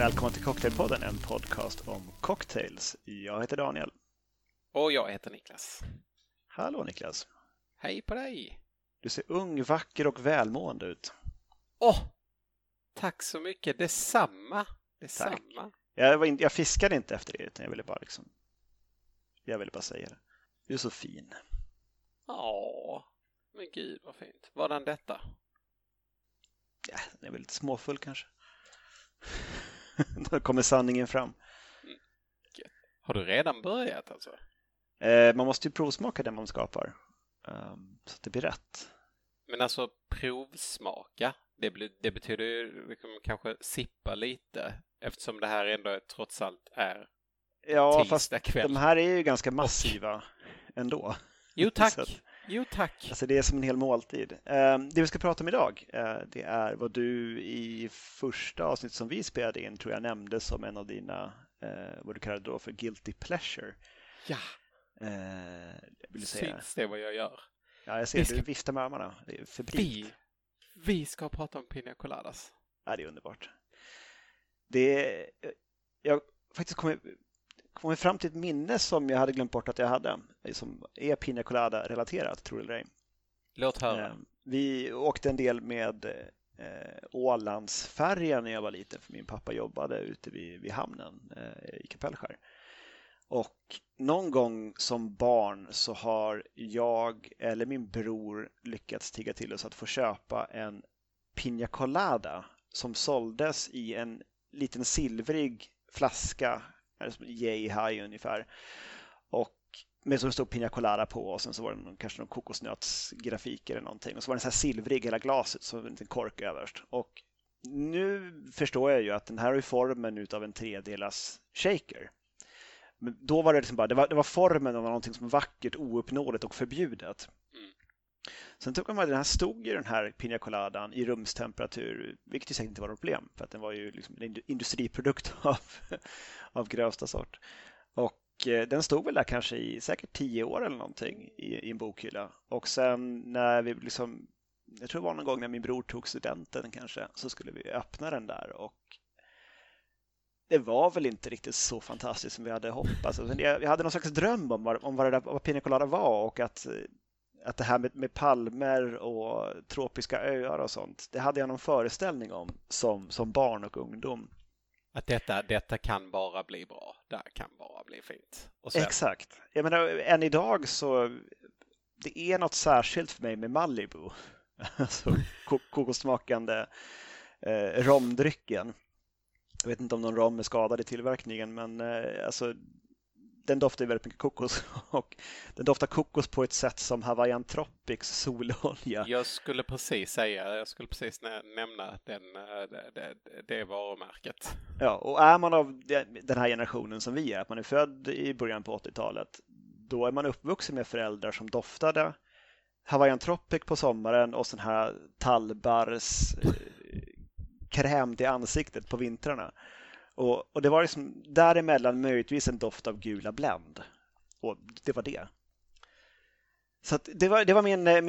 Välkommen till Cocktailpodden, en podcast om cocktails. Jag heter Daniel. Och jag heter Niklas. Hallå Niklas. Hej på dig. Du ser ung, vacker och välmående ut. Tack så mycket. Detsamma. Tack. Jag fiskade inte efter det, utan jag ville bara säga det. Du är så fin. Men gud vad fint. Vadan detta? Ja, den är väl lite småfull kanske. Då kommer sanningen fram. Har du redan börjat alltså? Man måste ju provsmaka det man skapar. Så att det blir rätt. Men alltså provsmaka, det betyder ju liksom kanske sippa lite. Eftersom det här ändå trots allt är tisdag kväll. De här är ju ganska massiva ändå. Jo tack. Jo tack. Alltså det är som en hel måltid. Det vi ska prata om idag, det är vad du i första avsnitt som vi spelade in tror jag nämnde som en av dina, vad du kallade då för guilty pleasure. Ja. Vill du säga? Syns det vad jag gör? Ja, jag ser du viftar med armarna. Det är febrilt. Vi ska prata om pina coladas. Ja, det är underbart. Jag faktiskt kom fram till ett minne som jag hade glömt bort att jag hade, som är pina colada relaterat, tror du eller ej. Låt höra. Vi åkte en del med Ålandsfärjan när jag var liten, för min pappa jobbade ute vid hamnen i Kapellskär. Och någon gång som barn så har jag eller min bror lyckats tigga till oss att få köpa en pina colada som såldes i en liten silvrig flaska, som Yay High ungefär, och med så stod pina colada på, och sen så var det kanske någon kokosnötsgrafik eller någonting, och så var det så här silvrig hela glaset, så en liten kork överst. Och nu förstår jag ju att den här är formen utav en 3-delas shaker. Men då var det liksom bara, det var formen av någonting som var vackert, ouppnåeligt och förbjudet. Sen tog man, den här stod ju den här pina coladan i rumstemperatur, vilket ju säkert inte var något problem, för att den var ju liksom en industriprodukt av grövsta sort. Och den stod väl där kanske i säkert 10 år eller någonting i en bokhylla. Och sen när vi liksom, jag tror det var någon gång när min bror tog studenten kanske, så skulle vi öppna den där, och det var väl inte riktigt så fantastiskt som vi hade hoppats. Jag hade någon slags dröm om vad pina colada var, och att det här med palmer och tropiska öar och sånt, det hade jag någon föreställning om som barn och ungdom. Att detta kan bara bli bra, det här kan bara bli fint. Och sen... Exakt. Jag menar, än idag så det är något särskilt för mig med Malibu. Alltså kokossmakande romdrycken. Jag vet inte om någon rom är skadad i tillverkningen, men alltså den doftar väldigt mycket kokos, och den doftar kokos på ett sätt som Hawaiian Tropics sololja. Jag skulle precis nämna det varumärket. Ja, och är man av den här generationen som vi är, att man är född i början på 80-talet, då är man uppvuxen med föräldrar som doftade Hawaiian Tropic på sommaren och sån här tallbars kräm till ansiktet på vintrarna. Och det var liksom däremellan möjligtvis en doft av gula Blend. Och det var det. Så att det var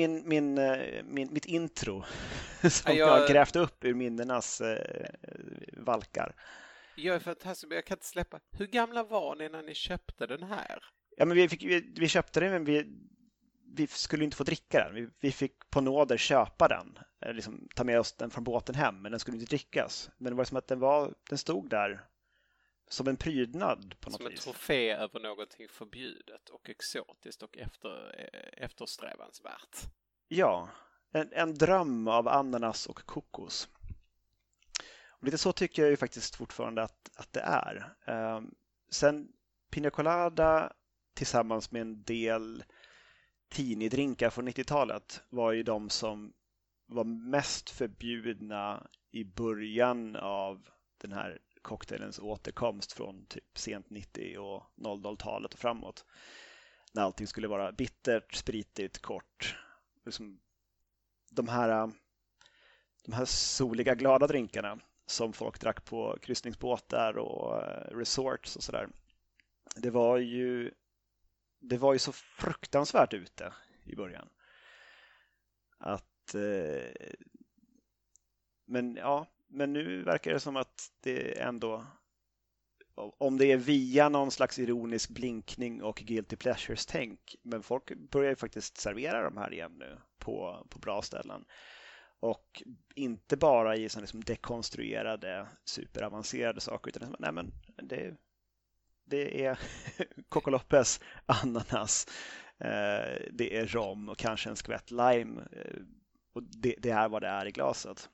mitt intro som jag grävt upp ur minnenas valkar. Jag är fantastisk, men jag kan inte släppa. Hur gamla var ni när ni köpte den här? Ja, men vi köpte den, men vi skulle inte få dricka den. Vi fick på nåder köpa den. Liksom ta med oss den från båten hem, men den skulle inte drickas. Men det var som att den stod där som en prydnad på något vis. Som en trofé över någonting förbjudet och exotiskt och eftersträvansvärt. Ja, en dröm av ananas och kokos. Och lite så tycker jag ju faktiskt fortfarande att det är. Sen pina colada tillsammans med en del teenie-drinkar från 90-talet var ju de som var mest förbjudna i början av den här cocktailens återkomst från typ sent 90 och 00-talet och framåt. När allting skulle vara bittert, spritigt, kort. Liksom de här soliga, glada drinkarna som folk drack på kryssningsbåtar och resorts och sådär. Det var ju så fruktansvärt ute i början. Men ja, Men nu verkar det som att det ändå, om det är via någon slags ironisk blinkning och guilty pleasures-tänk, men folk börjar ju faktiskt servera de här igen nu på bra ställen. Och inte bara i sådana liksom dekonstruerade, superavancerade saker, utan nej, men det är Coco Lopez, ananas, det är rom och kanske en skvätt lime. Och det är vad det är i glaset.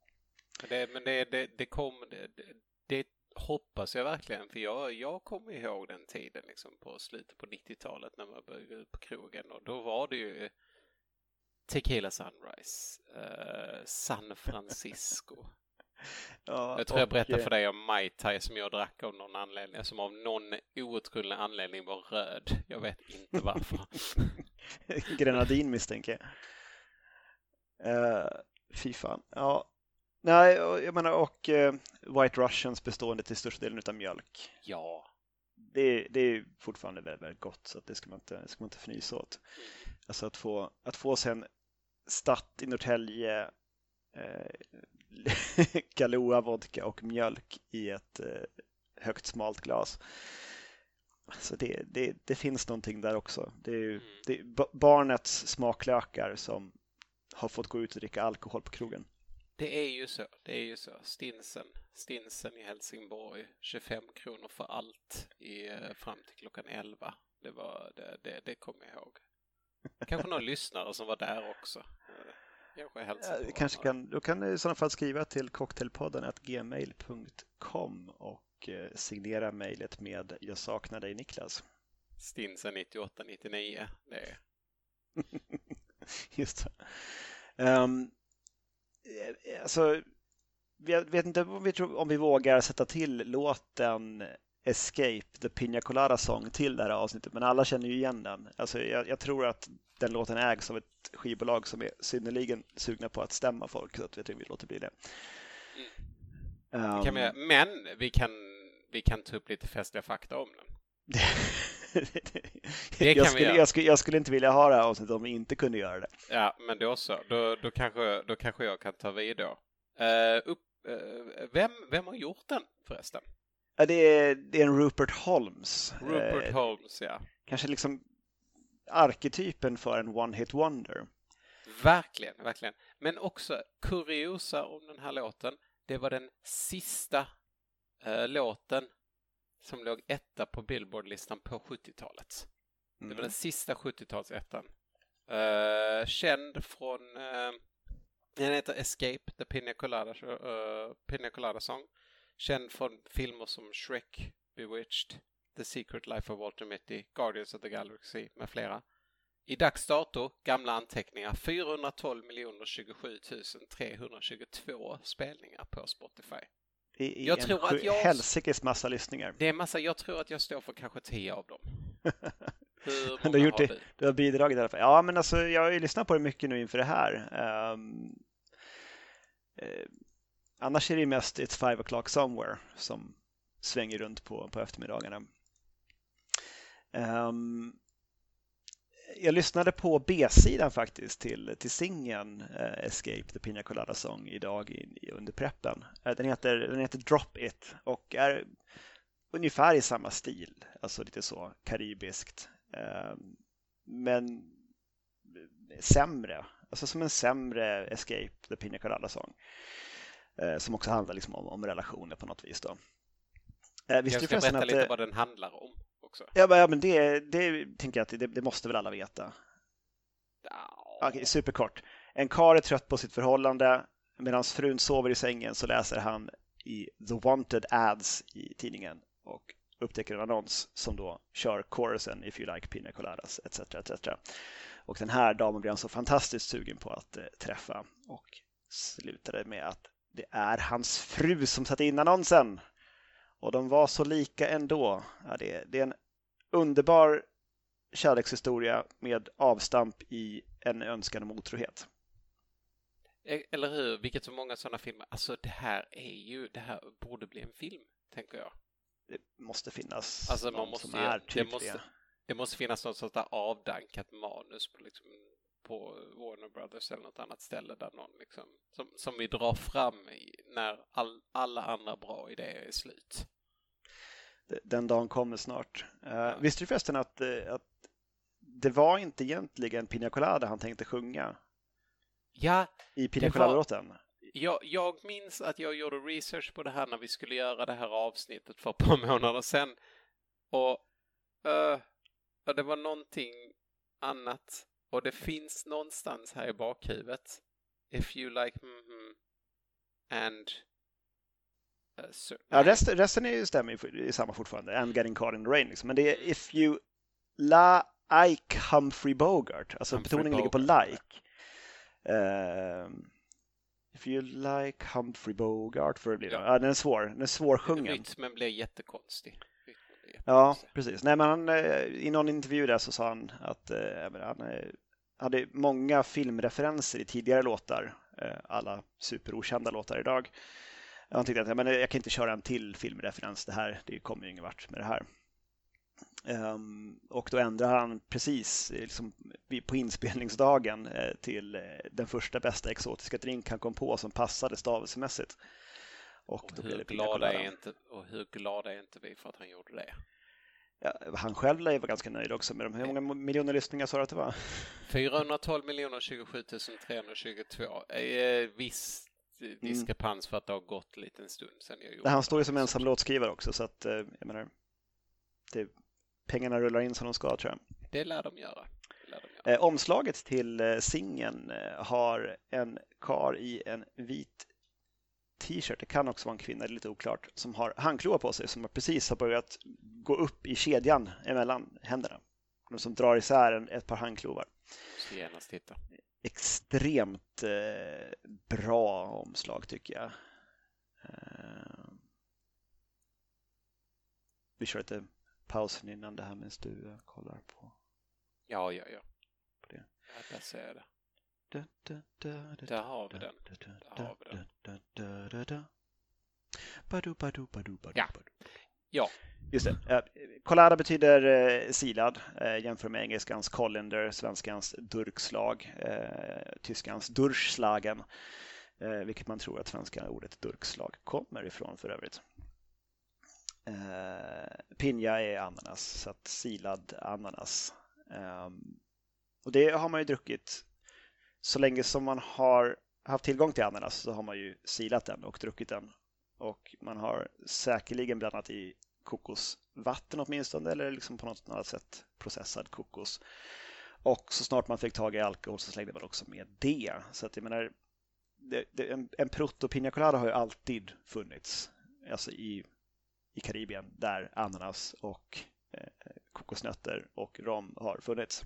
Det hoppas jag verkligen, för jag kommer ihåg den tiden liksom på slutet på 90-talet när man började ut på krogen, och då var det ju Tequila Sunrise, San Francisco. Ja, jag tror jag berättade för dig om Mai Tai som jag drack av någon anledning, som av någon outgrundlig anledning var röd. Jag vet inte varför. Grenadin misstänker jag. Fy fan. Ja. Nej, jag menar, och White Russians bestående till största delen utav mjölk. Ja. Det är fortfarande väldigt, väldigt gott, så att det ska man inte fnysa åt. Alltså att få sen Statt i Norrtälje, Kahlua vodka och mjölk i ett högt smalt glas. Så det finns någonting där också. Det är barnets smaklökar som har fått gå ut och dricka alkohol på krogen. Det är ju så. Stinsen i Helsingborg, 25 kronor för allt fram till klockan 11. Det kommer jag ihåg. Kanske någon lyssnare som var där också. Du kan i sådana fall skriva till cocktailpodden@gmail.com och signera mejlet med "Jag saknar dig, Niklas". Stinsen 98-99. Det är. Just det. Alltså, jag vet inte om vi vågar sätta till låten Escape, The Pina Colada Song, till det här avsnittet, men alla känner ju igen den. Alltså, jag tror att den låten ägs av ett skivbolag som är synnerligen sugna på att stämma folk, så att jag tror vi låter bli det. Men vi kan ta upp lite festliga fakta om den. Jag skulle inte vilja ha det här avsnittet om vi inte kunde göra det. Ja, men då så. Då kanske jag kan ta vid då. Vem har gjort den förresten? Ja, det är en Rupert Holmes. Rupert Holmes, ja. Kanske liksom arketypen för en one-hit wonder. Verkligen. Men också kuriosa om den här låten. Det var den sista låten som låg etta på Billboard-listan på 70-talet. Det var den sista 70-talsettan. Känd från den heter Escape, The Pina Colada Song. Känd från filmer som Shrek, Bewitched, The Secret Life of Walter Mitty, Guardians of the Galaxy med flera. I dags dato, gamla anteckningar, 412 27 322 spelningar på Spotify. Jag tror att helsikes massa lyssningar. Det är massa, jag tror att jag står för kanske 10 av dem. Du har bidragit i alla fall. Ja, men alltså, jag har ju lyssnat på det mycket nu inför det här. Annars är det mest It's 5 o'clock somewhere som svänger runt på eftermiddagarna. Jag lyssnade på B-sidan faktiskt till singeln Escape, The Pina Colada Song idag under preppen. Den heter Drop It och är ungefär i samma stil, alltså lite så karibiskt, men sämre, alltså som en sämre Escape, The Pina Colada Song, som också handlar liksom om relationer på något vis då. Jag ska berätta lite vad den handlar om också. Ja, men det tänker jag att det måste väl alla veta. Okej, superkort. En karl är trött på sitt förhållande. Medan frun sover i sängen så läser han i The Wanted Ads i tidningen och upptäcker en annons som då kör chorusen If you like pina coladas, etc. Och den här damen blir han så fantastiskt sugen på att träffa och slutade med att det är hans fru som satt in annonsen. Och de var så lika ändå. Ja, det är en underbar kärlekshistoria med avstamp i en önskan om otrohet. Eller hur? Vilket så många sådana filmer. Alltså det här borde bli en film, tänker jag. Det måste finnas alltså, det måste finnas något sånt där avdankat manus på Warner Brothers eller något annat ställe där någon liksom, som vi drar fram i när alla andra bra idéer är slut. Den dagen kommer snart. Visste du förresten att det var inte egentligen Pina Colada han tänkte sjunga? Ja, i Pina Colada-låten? Jag minns att jag gjorde research på det här när vi skulle göra det här avsnittet för ett par månader sedan. Och det var någonting annat. Och det finns någonstans här i bakhuvudet. If you like and ja, resten är ju stämmer i samma fortfarande. And getting caught in the rain liksom. Men det är if you like Humphrey Bogart. Alltså betoningen ligger på like. If you like Humphrey Bogart för det blir det. Ja, den är svårsjungen. Rytmen blir jättekonstig. Ja, precis. Nej, men i någon intervju där så sa han att han hade många filmreferenser i tidigare låtar. Alla superokända låtar idag. Han tyckte att jag kan inte köra en till filmreferens. Det kommer ju ingen vart med det här. Och då ändrade han precis liksom, på inspelningsdagen till den första bästa exotiska drink han kom på som passade stavelsemässigt. Och då hur glada är inte vi för att han gjorde det? Ja, han själv var ganska nöjd också med dem. Hur många miljoner lyssningar sa du att det var? 412 27 322. Viss diskrepans för att det har gått en liten stund sedan jag gjorde. Han står ju som ensam låtskrivare också, så att jag menar, pengarna rullar in som de ska, tror jag. Det lär de göra. Omslaget till singeln har en karl i en vit t-shirt, det kan också vara en kvinna, det är lite oklart, som har handklovar på sig, som precis har börjat gå upp i kedjan emellan händerna. De som drar isär ett par handklovar. Så gärna titta. Extremt bra omslag tycker jag. Vi kör lite pausen innan det här medan du kollar på. Ja. På det. Ja, där ser jag det. Där har vi den. Ja. Just det. Colada betyder silad. Jämför med engelskans colander, svenskans durkslag, tyskans durchslagen. Vilket man tror att svenska ordet durkslag kommer ifrån för övrigt. Pinja är ananas, så att silad ananas. Och det har man ju druckit. Så länge som man har haft tillgång till ananas så har man ju silat den och druckit den. Och man har säkerligen blandat i kokosvatten åtminstone, eller liksom på något annat sätt processad kokos. Och så snart man fick tag i alkohol så slängde man också med det. Så att jag menar, en proto pina colada har ju alltid funnits. Alltså i Karibien där ananas och kokosnötter och rom har funnits.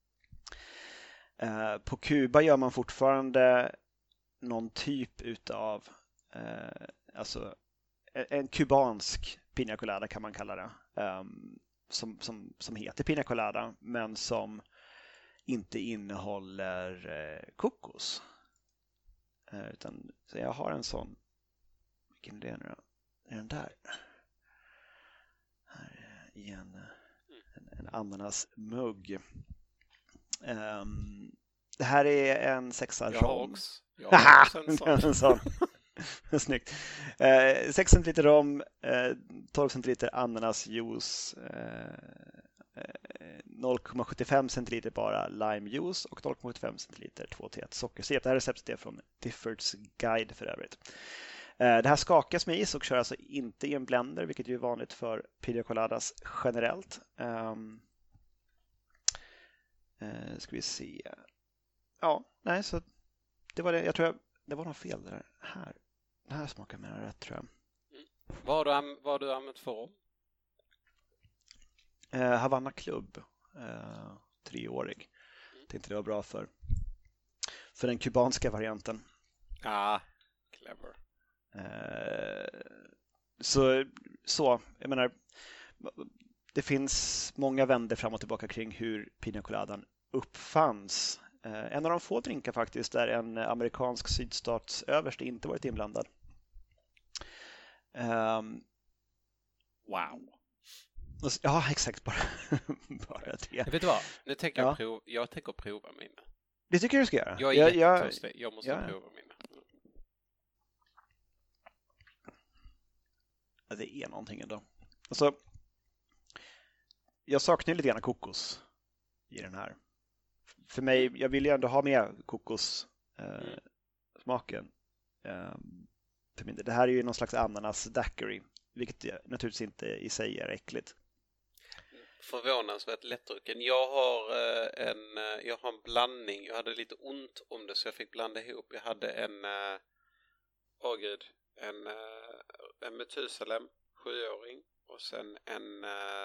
På Kuba gör man fortfarande någon typ utav alltså en kubansk pina colada kan man kalla det, som heter pina colada men som inte innehåller kokos. Utan så jag har en sån. Vilken är det nu då? Är den där? Här igen. En ananasmugg. Det här är en 6 rom. Jag har också en sån. Snyggt. 6 centiliter rom, 12 centiliter ananasjuice, 0,75 centiliter bara limejuice och 0,75 centiliter 2-1 sockersirap. Det här receptet är från Difford's Guide för övrigt. Det här skakas med is och kör alltså inte i en blender, vilket är vanligt för pina coladas generellt. Ska vi se. Ja, nej, så det var det. Jag tror det var något fel där. Det här smakar mer rätt, tror jag. Vad har du använt för rom? Havana Club. 3-årig. Tänkte det var bra för den kubanska varianten. Clever. Så, jag menar, det finns många vänder fram och tillbaka kring hur pina coladan uppfanns. En av de få drinkar faktiskt där en amerikansk sydstatsöverste inte varit inblandad. Wow. Ja, exakt. Bara det. Vet du vad? Nu tänker jag tänker prova mina. Det tycker jag du ska göra. Jag är jättetörstig. Jag måste prova mina. det är någonting ändå. Alltså, jag saknar lite grann kokos i den här. För mig, jag vill ju ändå ha med kokossmaken. Det här är ju någon slags ananas daiquiri, vilket naturligtvis inte i sig är äckligt. Förvånansvärt lättdrucken. Jag har en blandning. Jag hade lite ont om det så jag fick blanda ihop. Jag hade en Methusalem 7-åring och sen en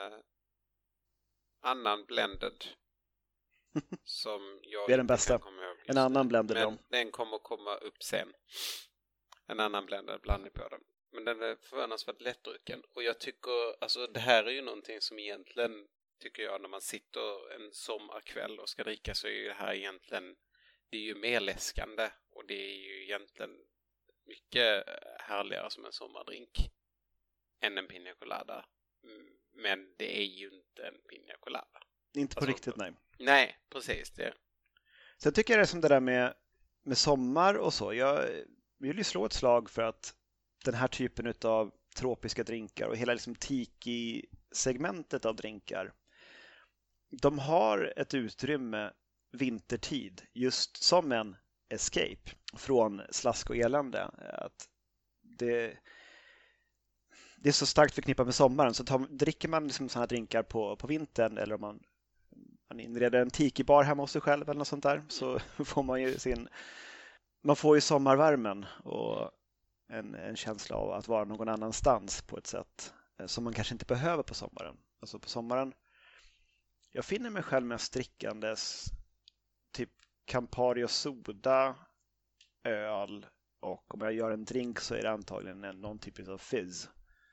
annan blended som jag det är den bästa. En annan blended. Men den kommer komma upp sen. En annan blended blandning på den. Men den är förvånansvärt lättdrucken. Och jag tycker, alltså det här är ju någonting som egentligen, tycker jag, när man sitter en sommarkväll och ska dricka, så är ju det här egentligen, det är ju mer läskande. Och det är ju egentligen mycket härligare som en sommardrink än en piña colada. Men det är ju inte en piña colada. Inte på riktigt, nej. Nej, precis det. Sen tycker jag det är som det där med sommar och så. Jag vill ju slå ett slag för att den här typen av tropiska drinkar och hela liksom tiki-segmentet av drinkar, de har ett utrymme vintertid just som en escape från slask och elände. Att det är så starkt förknippat med sommaren, så dricker man liksom sådana här drinkar på vintern, eller om man inreder en tiki-bar hemma hos sig själv eller något sånt där, så får man ju man får ju sommarvärmen och en känsla av att vara någon annanstans på ett sätt som man kanske inte behöver på sommaren. Alltså på sommaren, jag finner mig själv mest drickandes typ Campari och soda, öl, och om jag gör en drink så är det antagligen någon typ av fizz.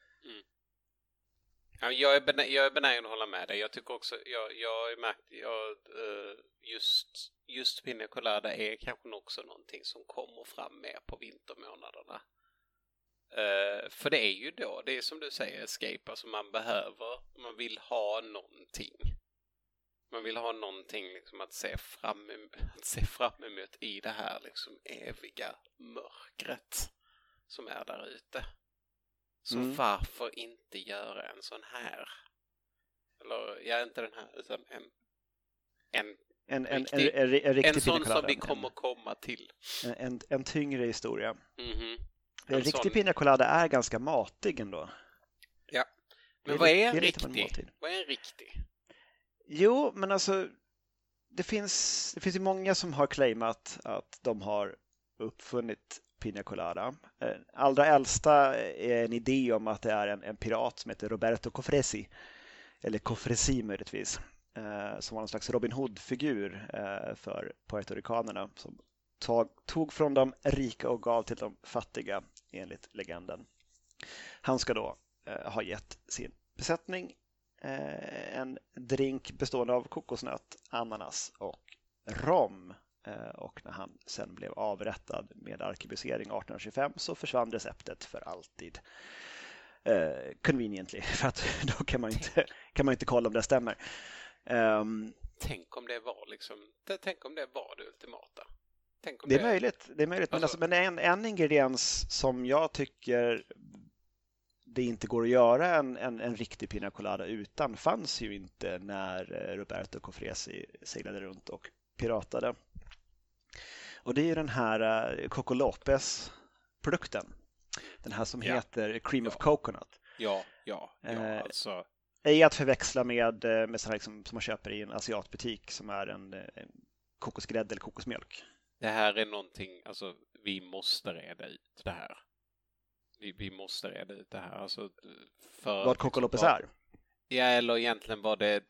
Ja, jag är benägen att hålla med dig. Jag tycker också, jag har märkt, just piña colada är kanske också någonting som kommer fram mer på vintermånaderna. För det är ju då, det är som du säger, escape, alltså man vill ha någonting. Man vill ha någonting liksom att se fram emot i det här liksom eviga mörkret som är där ute. Så varför inte göra en sån här? Eller inte den här, utan en sån som vi kommer komma till. En tyngre historia. Mm-hmm. En riktig piña colada är ganska matig ändå. Ja. Men vad är en riktig? Vad är en riktig? Jo, men alltså det finns ju många som har claimat att de har uppfunnit piña colada. Allra äldsta är en idé om att det är en pirat som heter Roberto Cofresi, eller Cofresi möjligtvis, som var en slags Robin Hood-figur för puertoricanerna, som tog från de rika och gav till de fattiga, enligt legenden. Han ska då ha gett sin besättning en drink bestående av kokosnöt, ananas och rom. Och när han sen blev avrättad med arkebusering 1825 så försvann receptet för alltid. Conveniently, för att då kan man inte kolla om det stämmer. Tänk om det var det ultimata. Det är möjligt. Alltså, men en ingrediens som jag tycker det inte går att göra en riktig piña colada utan fanns ju inte när Roberto Cofresi seglade runt och piratade. Och det är ju den här Coco Lopez-produkten. Den här som heter Cream of Coconut. Ja, alltså. Är att förväxla med sådana liksom, som man köper i en asiatbutik, som är en kokosgrädde eller kokosmjölk. Det här är någonting, alltså vi måste reda ut det här. Vi måste reda ut det här. Alltså, vad Coco Lopez är? Ja, eller egentligen vad det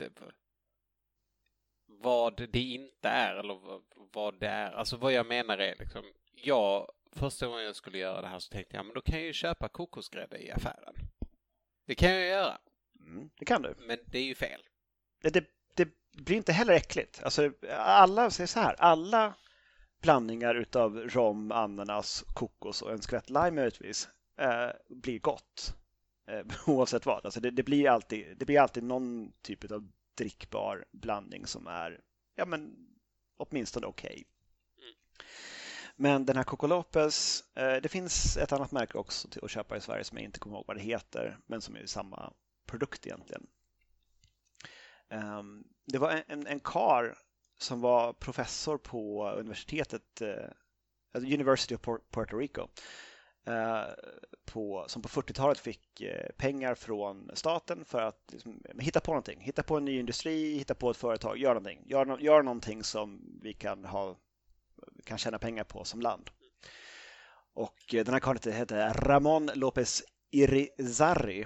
inte är, eller vad det är. Alltså vad jag menar är liksom, första gången jag skulle göra det här så tänkte jag, men då kan jag ju köpa kokosgrädde i affären. Det kan jag göra. Det kan du. Men det är ju fel. Det blir inte heller äckligt. Alltså alla blandningar utav rom, ananas, kokos och en skvätt lime möjligtvis blir gott. Oavsett vad. Alltså det blir alltid någon typ av drickbar blandning som är åtminstone okej. Men den här Coco Lopez, det finns ett annat märke också till att köpa i Sverige som jag inte kommer ihåg vad det heter, men som är samma produkt egentligen. Det var en karl som var professor på universitetet, University of Puerto Rico, som på 40-talet fick pengar från staten för att liksom, hitta på någonting. Hitta på en ny industri, hitta på ett företag, gör någonting. Gör någonting som vi kan tjäna pengar på som land. Och den här karln hette Ramon López Irizarry.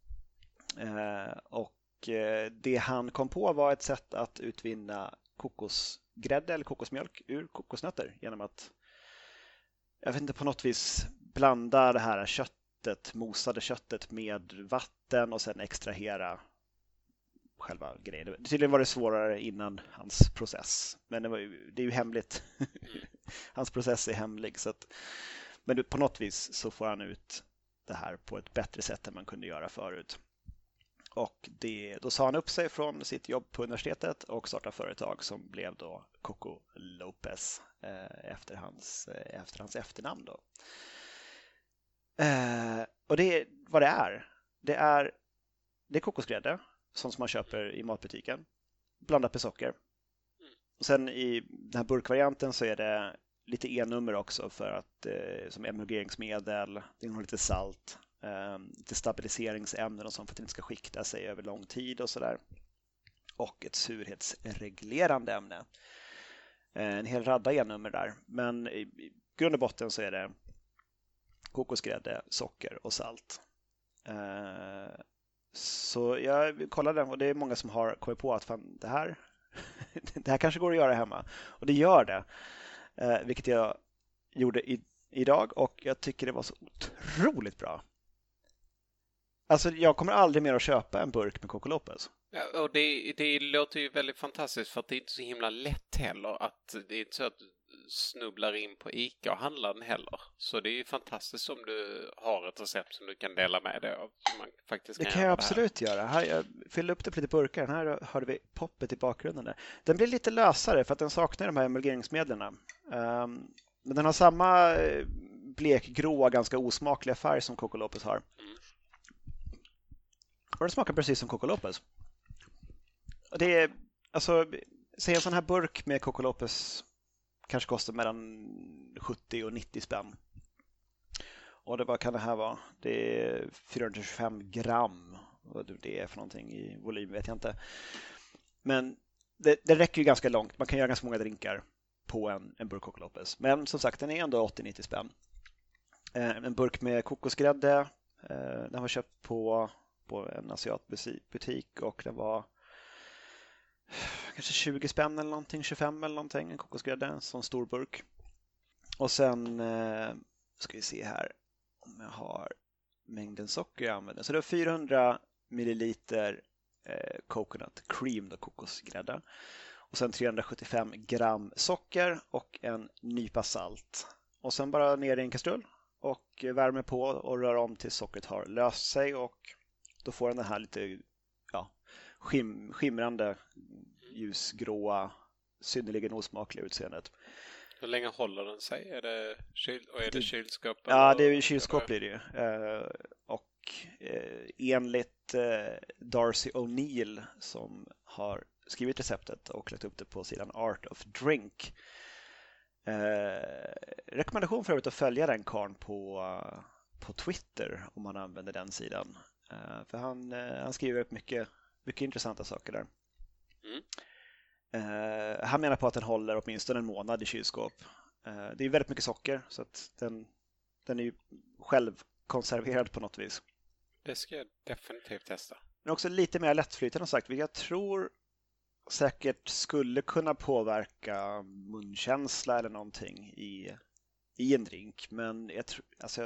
Och det han kom på var ett sätt att utvinna kokosgrädde eller kokosmjölk ur kokosnötter genom att, jag vet inte, på något vis blanda det här mosade köttet med vatten och sen extrahera själva grejen. Tydligen var det svårare innan hans process, men det är ju hemligt. Hans process är hemlig, men på något vis så får han ut det här på ett bättre sätt än man kunde göra förut. Och då sa han upp sig från sitt jobb på universitetet och startade företag som blev då Coco Lopez efter hans efternamn då. Och det är vad det är. Det är kokosgrädde, sånt som man köper i matbutiken, blandat med socker. Och sen i den här burkvarianten så är det lite E-nummer också för att som emulgeringsmedel, det innehåller lite salt, lite stabiliseringsämnen och sånt för att det inte ska skikta sig över lång tid och sådär. Och ett surhetsreglerande ämne. En hel radda E-nummer där. Men i grund och botten så är det kokosgrädde, socker och salt. Så jag kollade och det är många som har kommit på att fan, det här kanske går att göra hemma. Och det gör det. Vilket jag gjorde idag och jag tycker det var så otroligt bra. Alltså jag kommer aldrig mer att köpa en burk med Coco Lopez. Ja, och det låter ju väldigt fantastiskt för att det är inte så himla lätt heller att det är inte så att du snubblar in på ICA och handlar den heller. Så det är ju fantastiskt om du har ett recept som du kan dela med dig av. Man faktiskt det kan jag absolut göra. Här, jag fyllde upp det på lite burkar. Här hörde vi poppet i bakgrunden där. Den blir lite lösare för att den saknar de här emulgeringsmedlen. Men den har samma blekgråa, ganska osmakliga färg som Coco Lopez har. Och det smakar precis som Coco Lopez. Och det är, alltså, säg en sån här burk med Coco Lopez kanske kostar mellan 70 och 90 spänn. Och vad kan det här vara? Det är 425 gram. Vad det är för någonting i volym vet jag inte. Men det räcker ju ganska långt. Man kan göra ganska många drinkar på en burk Coco Lopez. Men som sagt, den är ändå 80-90 spänn. En burk med kokosgrädde. Den var köpt på en asiatbutik och den var kanske 20 spänn eller någonting, 25 eller någonting, en kokosgrädde, en sån stor burk. Och sen ska vi se här om jag har mängden socker jag använder. Så det är 400 milliliter coconut cream, då kokosgrädde. Och sen 375 gram socker och en nypa salt. Och sen bara ner i en kastrull och värmer på och rör om tills sockret har löst sig och då får den här lite skimrande ljusgråa, synnerligen osmakliga utseendet. Hur länge håller den sig? Är det kylskåp? Ja, det är kylskåp blir det ju. Och enligt Darcy O'Neill som har skrivit receptet och lagt upp det på sidan Art of Drink. Rekommendation för övrigt att följa den karln på Twitter om man använder den sidan. För han skriver upp mycket intressanta saker där. Han menar på att den håller åtminstone en månad i kylskåp. Det är väldigt mycket socker så att den är ju självkonserverad på något vis. Det ska jag definitivt testa. Men också lite mer lättflytande sagt, vilket jag tror säkert skulle kunna påverka munkänsla eller någonting i en drink. Men jag tror, alltså,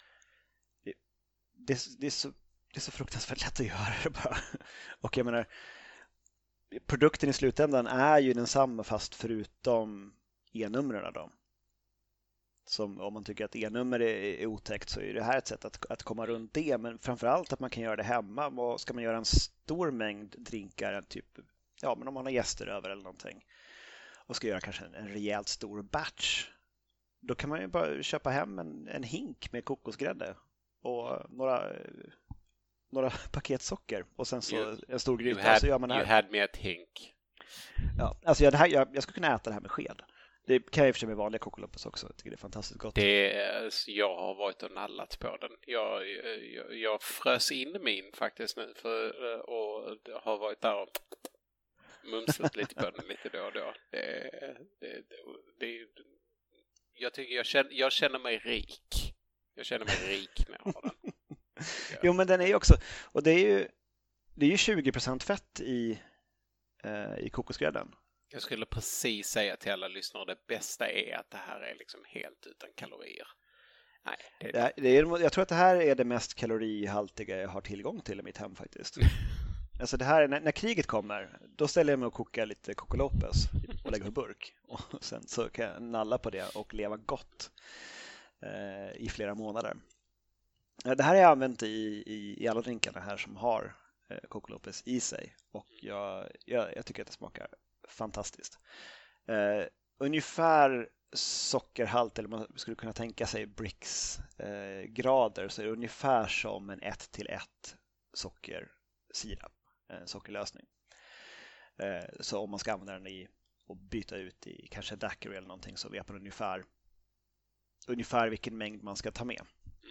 det är så fruktansvärt lätt att göra det bara. Och jag menar, produkten i slutändan är ju densamma fast förutom E-numren då. Som om man tycker att E-nummer är otäckt så är det här ett sätt att komma runt det. Men framförallt att man kan göra det hemma. Och ska man göra en stor mängd drinkar, typ, men om man har gäster över eller någonting och ska göra kanske en rejält stor batch, då kan man ju bara köpa hem en hink med kokosgrädde och några paket socker och sen så en stor gryta, så gör man det här. You had me at hink. Ja, alltså jag skulle kunna äta det här med sked. Det kan jag i och för sig med vanliga Coco-Lopez också. Jag tycker det är fantastiskt gott. Jag har varit och nallat på den. Jag frös in min faktiskt nu och har varit där och mumsat lite på den lite då och då. Jag tycker jag känner mig rik. Jag känner mig rik när jag har den. Jo, men den är ju också, och det är ju 20% fett i kokosgrädden. Jag skulle precis säga till alla lyssnare, det bästa är att det här är liksom helt utan kalorier. Nej, jag tror att det här är det mest kalorihaltiga jag har tillgång till i mitt hem faktiskt. Alltså det här, när kriget kommer, då ställer jag mig och kokar lite Coco Lopez och lägger på burk. Och sen så kan jag nalla på det och leva gott i flera månader. Det här har jag använt i alla drinkarna här som har Coco Lopez i sig. Och jag tycker att det smakar fantastiskt. Ungefär sockerhalt, eller man skulle kunna tänka sig Brix grader, så är det ungefär som en 1:1 sockersirap, sockerlösning. Så om man ska använda den och byta ut i kanske daiquiri eller någonting, så vet man ungefär vilken mängd man ska ta med.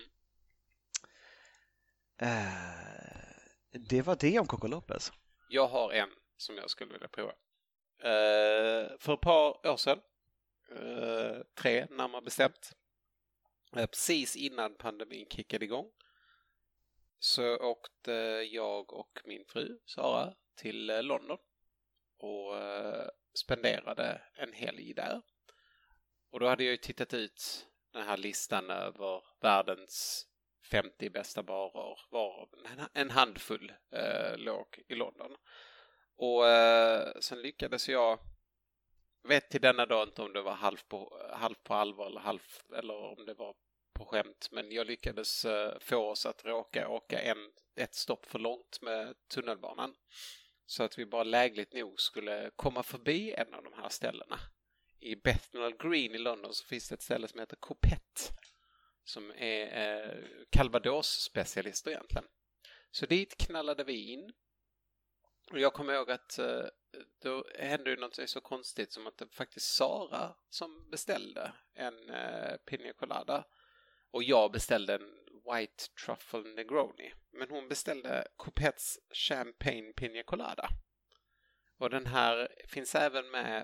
Det var det om Coco Lopez. Jag har en som jag skulle vilja prova. För ett par år sedan, 3 närmare bestämt, precis innan pandemin kickade igång, så åkte jag och min fru Sara till London och spenderade en helg där. Och då hade jag ju tittat ut den här listan över världens 50 bästa barer, varav en handfull låg i London. Och sen lyckades jag, vet till denna dag inte om det var halv på allvar eller om det var på skämt, men jag lyckades få oss att råka åka ett stopp för långt med tunnelbanan, så att vi bara lägligt nog skulle komma förbi en av de här ställena. I Bethnal Green i London så finns det ett ställe som heter Coupette, som är Calvados-specialister egentligen. Så dit knallade vi in. Och jag kommer ihåg att då hände ju något så konstigt som att det faktiskt Sara som beställde en Pina Colada. Och jag beställde en White Truffle Negroni. Men hon beställde Coupettes Champagne Pina Colada. Och den här finns även med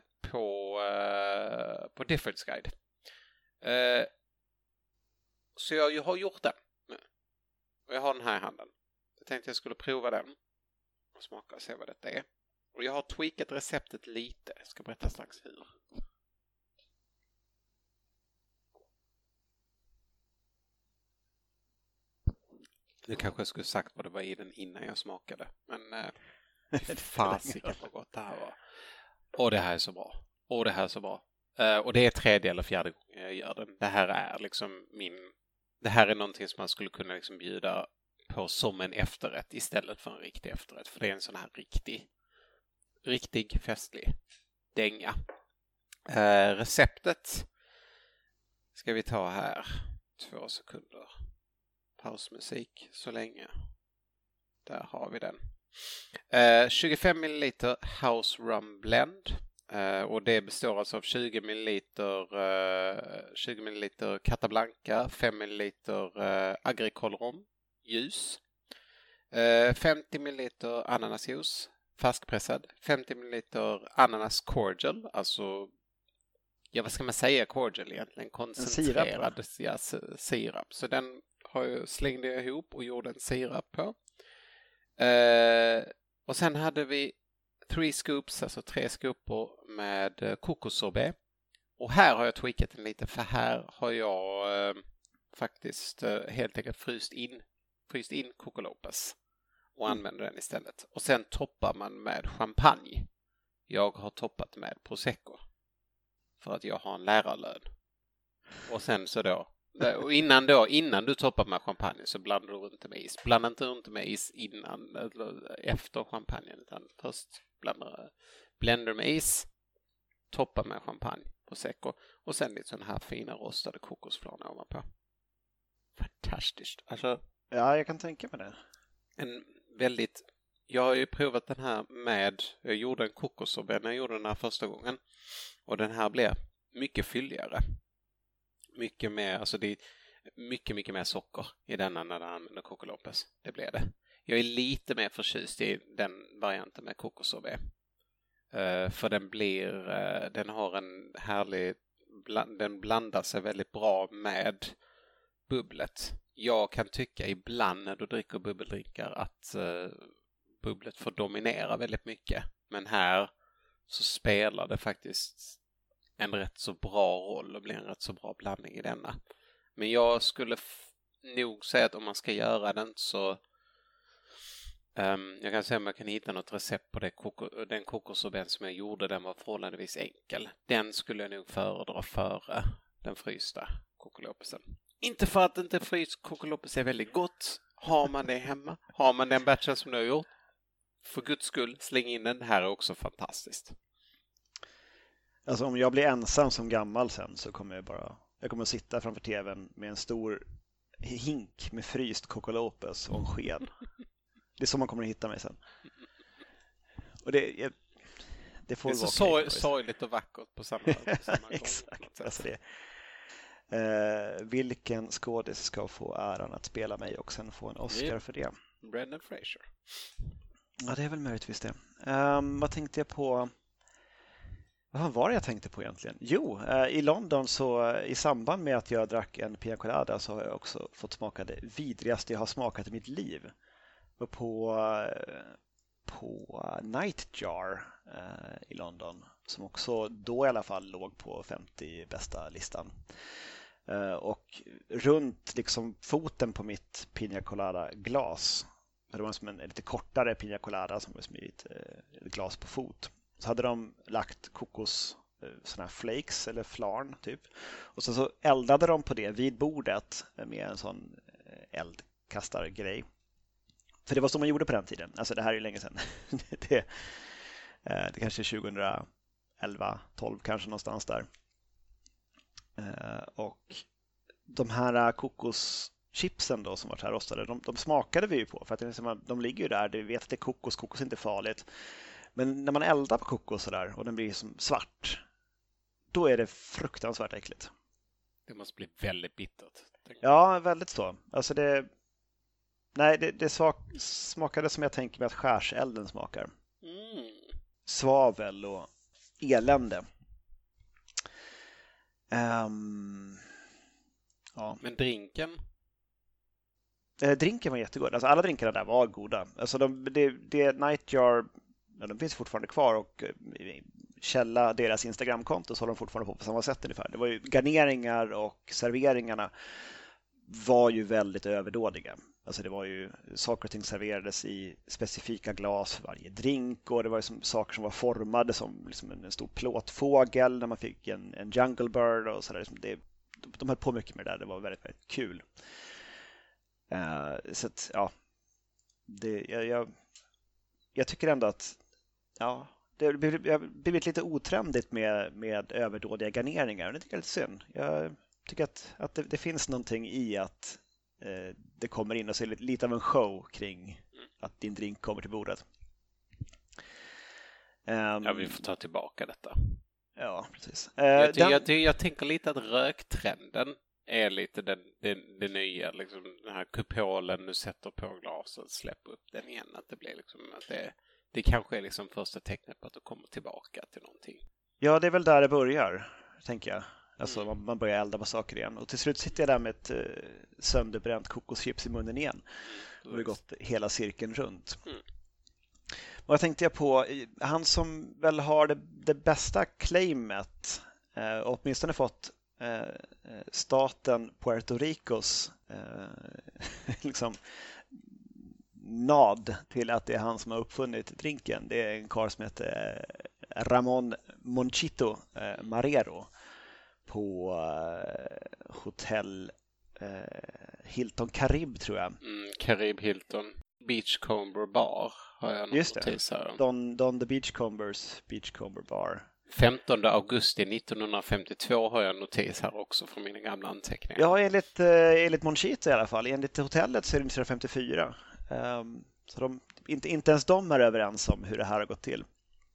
på Difford's Guide. Så jag har gjort den nu. Och jag har den här i handen. Jag tänkte jag skulle prova den och smaka och se vad detta är. Och jag har tweakat receptet lite. Jag ska berätta strax hur. Nu kanske jag skulle sagt vad det var i den innan jag smakade. Men fasiken vad gott det här var. Och det här är så bra. Och det här är så bra. Och det är 3:e eller 4:e gången jag gör den. Det här är liksom det här är någonting som man skulle kunna liksom bjuda på som en efterrätt istället för en riktig efterrätt. För det är en sån här riktig festlig dänga. Receptet ska vi ta här. 2 sekunder. Pausmusik så länge. Där har vi den. 25 ml House Rum Blend. Och det består alltså av 20 ml Catablanca, 5 ml Agricole Rom, ljus, 50 ml ananasjuice, färskpressad, 50 ml ananas cordial, alltså vad ska man säga cordial egentligen? Koncentrerad sirap. Så den slängde jag ihop och gjorde en sirap på. Och sen hade vi 3 scoops, alltså 3 skopor med kokossorbet. Och här har jag tweakat den lite, för här har jag faktiskt helt enkelt fryst in Coco Lopez och använder den istället. Och sen toppar man med champagne. Jag har toppat med prosecco för att jag har en lärarlön. Och sen så då, och innan du toppar med champagne så blandar du inte med is. Blanda inte runt med is innan eller efter champagnen, utan först blender med is, toppa med champagne prosecco. Och sen lite sådana här fina rostade kokosflor ovanpå. Fantastiskt. Alltså, Ja, jag kan tänka mig det. en väldigt... Jag har ju provat den här med... Jag gjorde en kokossorbet när jag gjorde den här första gången. Och den här blev mycket fylligare. Mycket mer... Alltså det är mycket mer socker i denna när den använder Coco Lopez. Det blev det. Jag är lite mer förtjust i den varianten med kokossorbet. För den har en härlig... Den blandar sig väldigt bra med bubblet. Jag kan tycka ibland när du dricker bubbeldrinkar att bubblet får dominera väldigt mycket. Men här så spelar det faktiskt en rätt så bra roll och blir en rätt så bra blandning i denna. Men jag skulle nog säga att om man ska göra den så jag kan säga om jag kan hitta något recept på den kokossorbet som jag gjorde, den var förhållandevis enkel. Den skulle jag nog föredra före den frysta kokolopesen. Inte för att inte fryst kokolopes är väldigt gott. Har man det hemma, har man den batchen som du har gjort, för guds skull, släng in den. Det här är också fantastiskt. Alltså om jag blir ensam som gammal sen så kommer jag kommer att sitta framför tvn med en stor hink med fryst Coco Lopez och en sked. Det är så man kommer att hitta mig sen. Och det får det är så sorgligt och vackert på samma gång. Exakt. Alltså vilken skådis ska få äran att spela mig och sen få en Oscar för det? Brendan Fraser. Ja, det är väl möjligtvis det. Vad tänkte jag på? Vad var det jag tänkte på egentligen? Jo, i London så i samband med att jag drack en pina colada så har jag också fått smaka det vidrigaste jag har smakat i mitt liv. Och på Nightjar i London som också då i alla fall låg på 50 bästa listan. Och runt liksom foten på mitt pina colada glas, det var som en lite kortare pina colada som var som ett glas på fot, så hade de lagt kokos såna här flakes eller flarn typ. Och så eldade de på det vid bordet med en sån eldkastargrej. För det var så man gjorde på den tiden. Alltså det här är ju länge sedan. det kanske är 2011, 12 kanske någonstans där. Och de här kokoschipsen då som var så här rostade, de smakade vi ju på. För att de ligger ju där, du vet att det är kokos. Kokos är inte farligt. Men när man eldar på kokos så där och den blir som svart, då är det fruktansvärt äckligt. Det måste bli väldigt bittert. Ja, väldigt så. Alltså det smakade som jag tänker mig att skärselden smakar. Svavel och elände. Ja. Men drinken? Drinken var jättegod. Alltså alla drinkarna där var goda. Alltså det Nightjar, de finns fortfarande kvar och källa deras Instagramkonto så håller de fortfarande på samma sätt ungefär. Det var ju garneringar och serveringarna var ju väldigt överdådiga. Alltså det var ju saker och ting serverades i specifika glas för varje drink och det var ju som saker som var formade som liksom en stor plåtfågel när man fick en jungle bird och sådär. De höll på mycket med det där. Det var väldigt, väldigt kul. Så att, ja, jag tycker ändå att ja, det har blivit lite otrendigt med överdådiga garneringar och det tycker jag är lite synd. Jag tycker att det finns någonting i att det kommer in och så är lite av en show kring att din drink kommer till bordet. Ja, vi får ta tillbaka detta. Ja, precis. Jag tänker lite att röktrenden är lite det nya, liksom den här kupolen du sätter på glaset, släpp upp den igen, att det blir liksom att det kanske är liksom första tecknet på att du kommer tillbaka till någonting. Ja, det är väl där det börjar, tänker jag. Alltså man börjar elda på saker igen. Och till slut sitter jag där med ett sönderbränt kokoschips i munnen igen. Och det har gått hela cirkeln runt. Och jag tänkte på, han som väl har det bästa claimet och åtminstone fått staten Puerto Ricos liksom nod till att det är han som har uppfunnit drinken. Det är en karl som heter Ramon Monchito Marrero på hotell Hilton Carib, tror jag. Carib Hilton. Beachcomber Bar har jag någon notis här. Don the Beachcombers Beachcomber Bar. 15 augusti 1952 har jag notis här också från mina gamla anteckningar. Ja, enligt Monchito i alla fall. Enligt hotellet så är det 1954. Så inte ens de är överens om hur det här har gått till.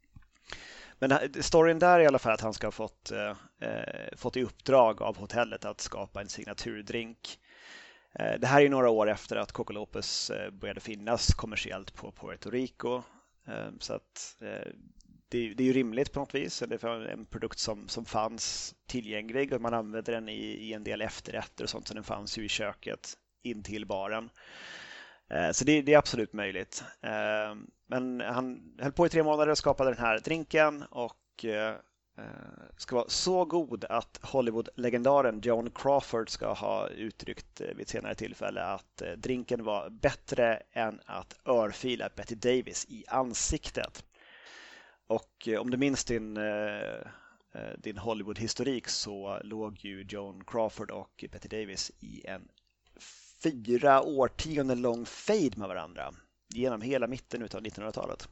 Men storyn där är i alla fall att han ska ha fått i uppdrag av hotellet att skapa en signaturdrink. Det här är några år efter att Coco Lopez började finnas kommersiellt på Puerto Rico. Så att det är ju rimligt på något vis. Det var en produkt som fanns tillgänglig och man använde den i en del efterrätter och sånt. Så den fanns ju i köket in till baren. Så det är absolut möjligt. Men han höll på i 3 månader och skapade den här drinken och ska vara så god att Hollywood-legendaren Joan Crawford ska ha uttryckt vid ett senare tillfälle att drinken var bättre än att örfila Betty Davis i ansiktet. Och om du minns din Hollywood-historik så låg ju Joan Crawford och Betty Davis i en 4 årtionden lång fade med varandra genom hela mitten av 1900-talet.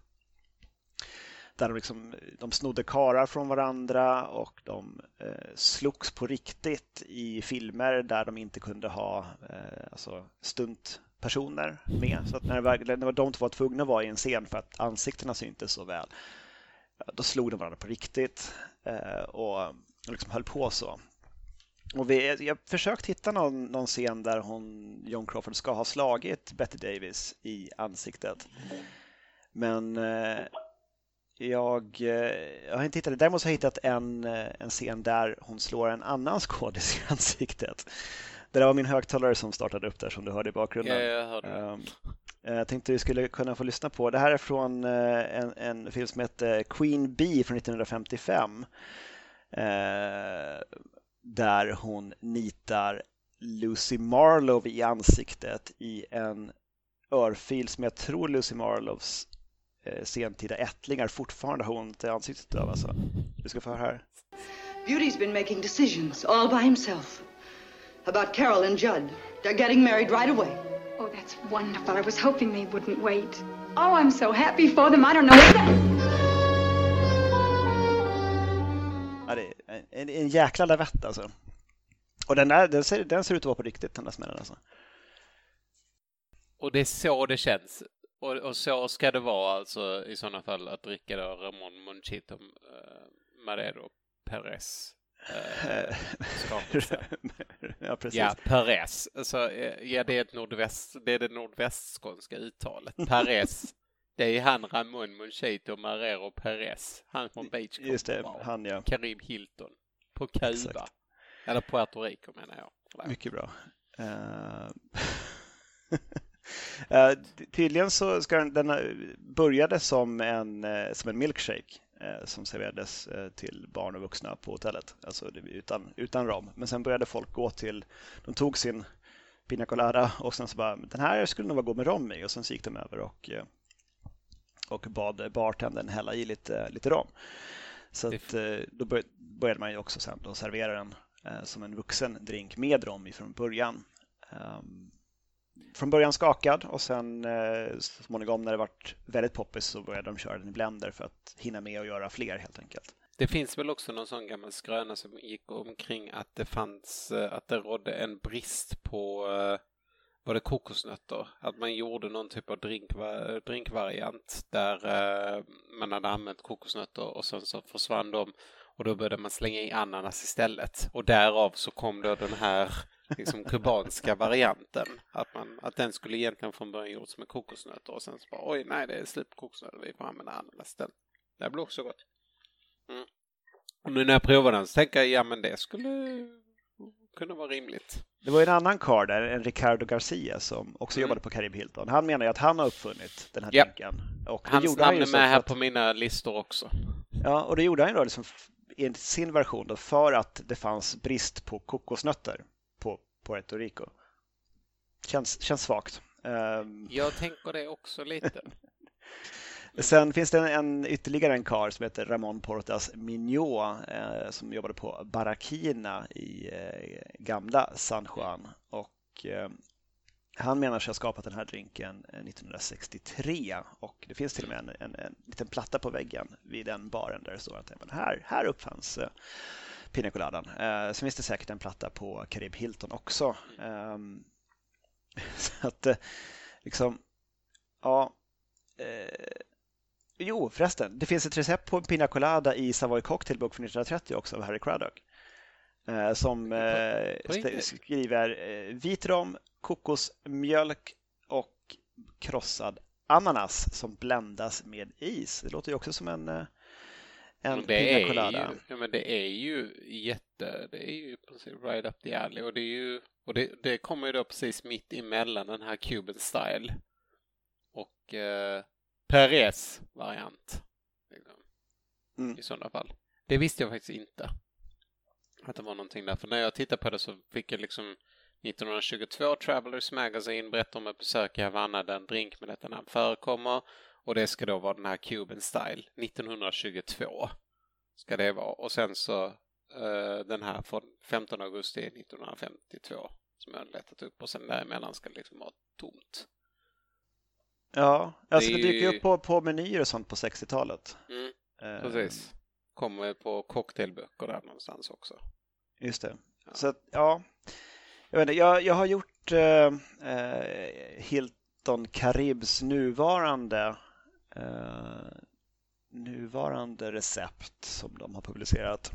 Där de snodde karar från varandra och de slogs på riktigt i filmer där de inte kunde ha stuntpersoner med. Så att när de två var tvungna att vara i en scen för att ansiktena syntes så väl, då slog de varandra på riktigt och liksom höll på så. Och jag försökt hitta någon scen där Joan Crawford ska ha slagit Betty Davis i ansiktet. Men jag har inte hittat det. Däremot har jag hittat en scen där hon slår en annan skådis i ansiktet. Det var min högtalare som startade upp där som du hörde i bakgrunden. Ja, jag hörde. Jag tänkte vi skulle kunna få lyssna på. Det här är från en film som heter Queen Bee från 1955. Där hon nitar Lucy Marlowe i ansiktet i en örfil som jag tror Lucy Marlows sentida ättlingar fortfarande har hon till ansiktet av. Alltså. Du ska få höra här. Beauty's been making decisions all by himself about Carol and Judd. They're getting married right away. Oh, that's wonderful. I was hoping they wouldn't wait. Oh, I'm so happy for them. I don't know. Ja, det är en jäkla lavett alltså. Och den ser ut att vara på riktigt, den där smällen alltså. Och det är så det känns. Och så ska det vara alltså i sådana fall att dricka då Ramon Monchito Madero Perez. Ja, precis. Ja, Perez. Alltså, ja, det är det nordvästskånska uttalet. Perez. Det är han Ramon Monchito Madero Perez. Han från Beach Club. Just det, han ja. Karim Hilton. På Kuba. Exakt. Eller Puerto Rico menar jag. Förlåt. Mycket bra. Tydligen så ska den började som en milkshake som serverades till barn och vuxna på hotellet. Alltså utan rom. Men sen började folk de tog sin pina colada och sen så bara, den här skulle nog vara god med rom i. Och sen så gick de över och bad bartendern hälla i lite rom. Så att, då började man ju också sen då servera den som en vuxen drink med rom från början. Från början skakad och sen så småningom när det varit väldigt poppis så började de köra den i blender för att hinna med och göra fler helt enkelt. Det finns väl också någon sån gammal skröna som gick omkring att det rådde en brist på var det kokosnötter? Att man gjorde någon typ av drinkvariant där man hade använt kokosnötter och sen så försvann de och då började man slänga i ananas istället. Och därav så kom då den här liksom kubanska varianten. Att den skulle egentligen från början gjorts med kokosnötter och sen så bara, oj nej det är slut på kokosnötter, vi får använda ananas istället. Det blir också gott. Och nu när jag provar den så tänker jag, ja men det skulle kunna vara rimligt. Det var en annan karl där, en Ricardo Garcia som också jobbade på Karim Hilton. Han menar ju att han har uppfunnit den här drinken. Och hans namn är med här på mina listor också. Ja, och det gjorde han ju då liksom i sin version då för att det fanns brist på kokosnötter på Puerto Rico. Känns svagt. Jag tänker det också lite. Sen finns det ytterligare en karl som heter Ramon Portas Mignot som jobbade på Barraquina i gamla San Juan. Och Han menar sig ha skapat den här drinken 1963 och det finns till och med en liten platta på väggen vid den baren där det står att här uppfanns Pina Coladan. Sen finns det säkert en platta på Carib Hilton också. Så att liksom, ja. Jo, förresten, det finns ett recept på Pina Colada i Savoy Cocktail Book från 1930 också av Harry Craddock. Som skriver vit rom, kokosmjölk och krossad ananas som bländas med is. Det låter ju också som en Pina Colada. Men det är ju det är ju precis right up the alley och det är ju det kommer ju då precis mitt emellan den här Cuban style och Perez variant liksom. I sådana fall. Det visste jag faktiskt inte att det var någonting där. För när jag tittade på det så fick jag liksom 1922 Travelers Magazine berättar om ett besök i Havanna där en drink med detta namn förekommer. Och det ska då vara den här Cuban style. 1922 ska det vara. Och sen så den här från 15 augusti 1952 som jag har letat upp. Och sen däremellan ska det liksom vara tomt. Ja, alltså det dyker upp på menyer och sånt på 60-talet. Precis. Kommer på cocktailböcker där någonstans också. Just det. Ja. Så att, ja. Jag har gjort Hilton Caribs nuvarande recept som de har publicerat.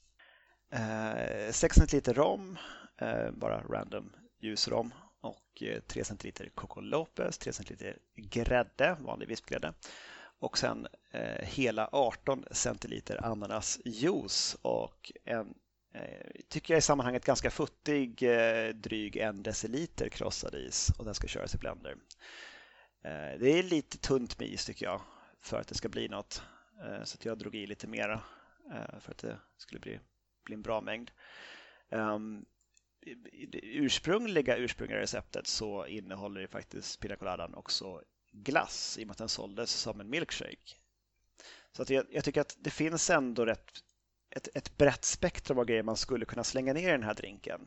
6 centiliter rom, bara random ljusrom och 3 centiliter Coco Lopez, 3 centiliter grädde, vanlig vispgrädde. Och sen hela 18 centiliter ananasjuice och tycker jag i sammanhanget ganska futtig dryg 1 deciliter krossad is och den ska köras i blender. Det är lite tunt med is tycker jag för att det ska bli något. Så att jag drog i lite mera för att det skulle bli en bra mängd. I det ursprungliga receptet så innehåller det faktiskt Pina Coladan också glass i och med att den såldes som en milkshake. Så att jag tycker att det finns ändå ett brett spektrum av grejer man skulle kunna slänga ner i den här drinken.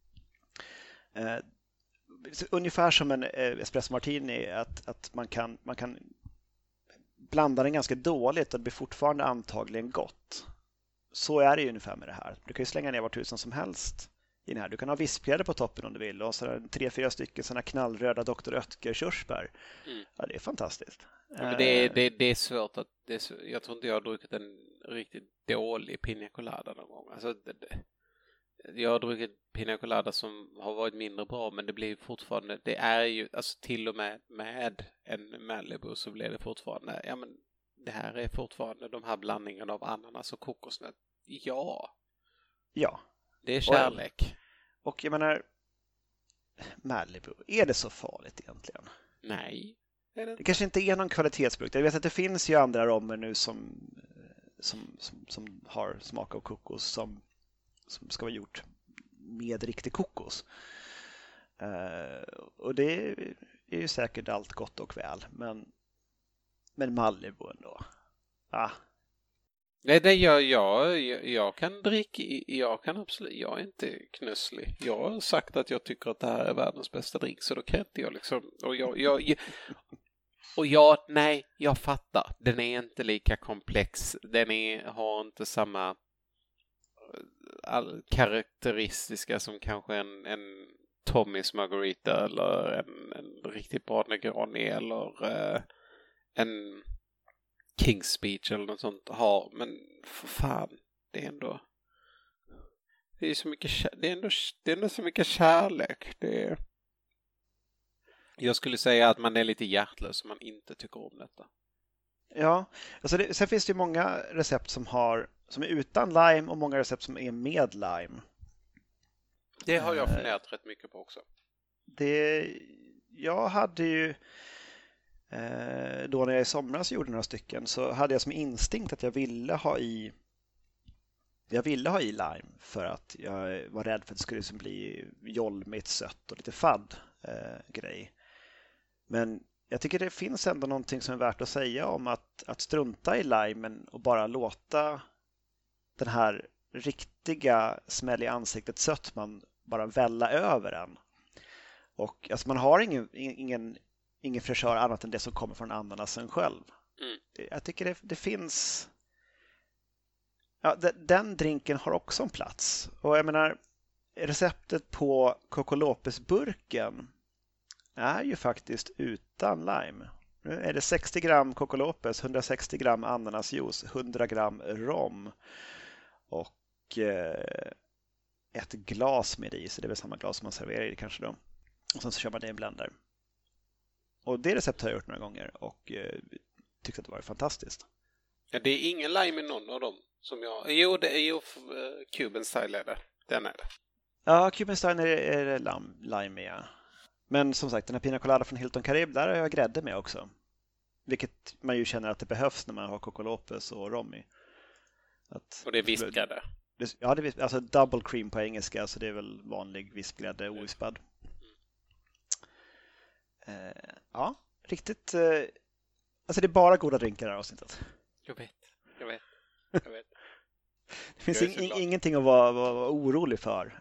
Ungefär som en espresso martini att man kan blanda den ganska dåligt och det blir fortfarande antagligen gott. Så är det ju ungefär med det här. Du kan ju slänga ner var tusen som helst i den här. Du kan ha vispgrädde på toppen om du vill och så 3-4 stycken såna knallröda Dr. Oetker körsbär. Ja, det är fantastiskt. Ja, men det är svårt att jag tror inte jag har druckit en riktigt dålig Pina Colada någon gång. Alltså jag har druckit Pina Colada som har varit mindre bra men det blir fortfarande det är ju alltså till och med en Malibu så blir det fortfarande ja men det här är fortfarande de här blandningarna av ananas och kokosnöt. Ja. Det är kärlek. Och jag menar Malibu, är det så farligt egentligen? Nej. Det kanske inte är någon kvalitetsprodukt. Jag vet att det finns ju andra romer nu som har smak av kokos som ska vara gjort med riktig kokos. Och det är ju säkert allt gott och väl. Men Malibu ändå. Nej, jag kan dricka, jag kan absolut, jag är inte knusslig. Jag har sagt att jag tycker att det här är världens bästa drink så då kan inte jag liksom, jag fattar. Den är inte lika komplex. Har inte samma karaktäristiska som kanske en Tommys Margarita eller en riktigt bra Negroni eller en King's Speech eller något sånt har. Men för fan, det är ändå så mycket det är ändå så mycket kärlek. Jag skulle säga att man är lite hjärtlös om man inte tycker om detta. Ja, alltså sen finns det ju många recept som är utan lime och många recept som är med lime. Det har jag funderat rätt mycket på också. Jag hade ju då när jag i somras gjorde några stycken så hade jag som instinkt att jag ville ha i lime för att jag var rädd för att det skulle liksom bli jolmigt, sött och lite fadd grej. Men jag tycker det finns ändå någonting som är värt att säga om att strunta i limen och bara låta den här riktiga smäll i ansiktet sötman bara välla över en. Och alltså man har ingen fräschör annat än det som kommer från ananasen själv. Jag tycker det finns... Ja, den drinken har också en plats. Och jag menar, receptet på Coco Lopez-burken är ju faktiskt utan lime. Nu är det 60 gram Coco Lopez, 160 gram ananasjuice, 100 gram rom och ett glas med is. Det är väl samma glas som man serverar i kanske då. Och sen så kör man det i en blender. Och det receptet har jag gjort några gånger och tyckte att det var fantastiskt. Ja, det är ingen lime i någon av dem som jag... Jo, det är ju Cuban Style är det. Den är det. Ja, Cuban Style är det lime med. Ja. Men som sagt, den här Pina Colada från Hilton Caribe, där har jag grädde med också. Vilket man ju känner att det behövs när man har Coco Lopez och rom i. Och det är vispgrädde. Ja, det är alltså double cream på engelska, så det är väl vanlig vispgrädde ovispad. Ja, riktigt... Alltså det är bara goda drinkar i det här avsnittet. Jag vet. Det finns ingenting att vara orolig för.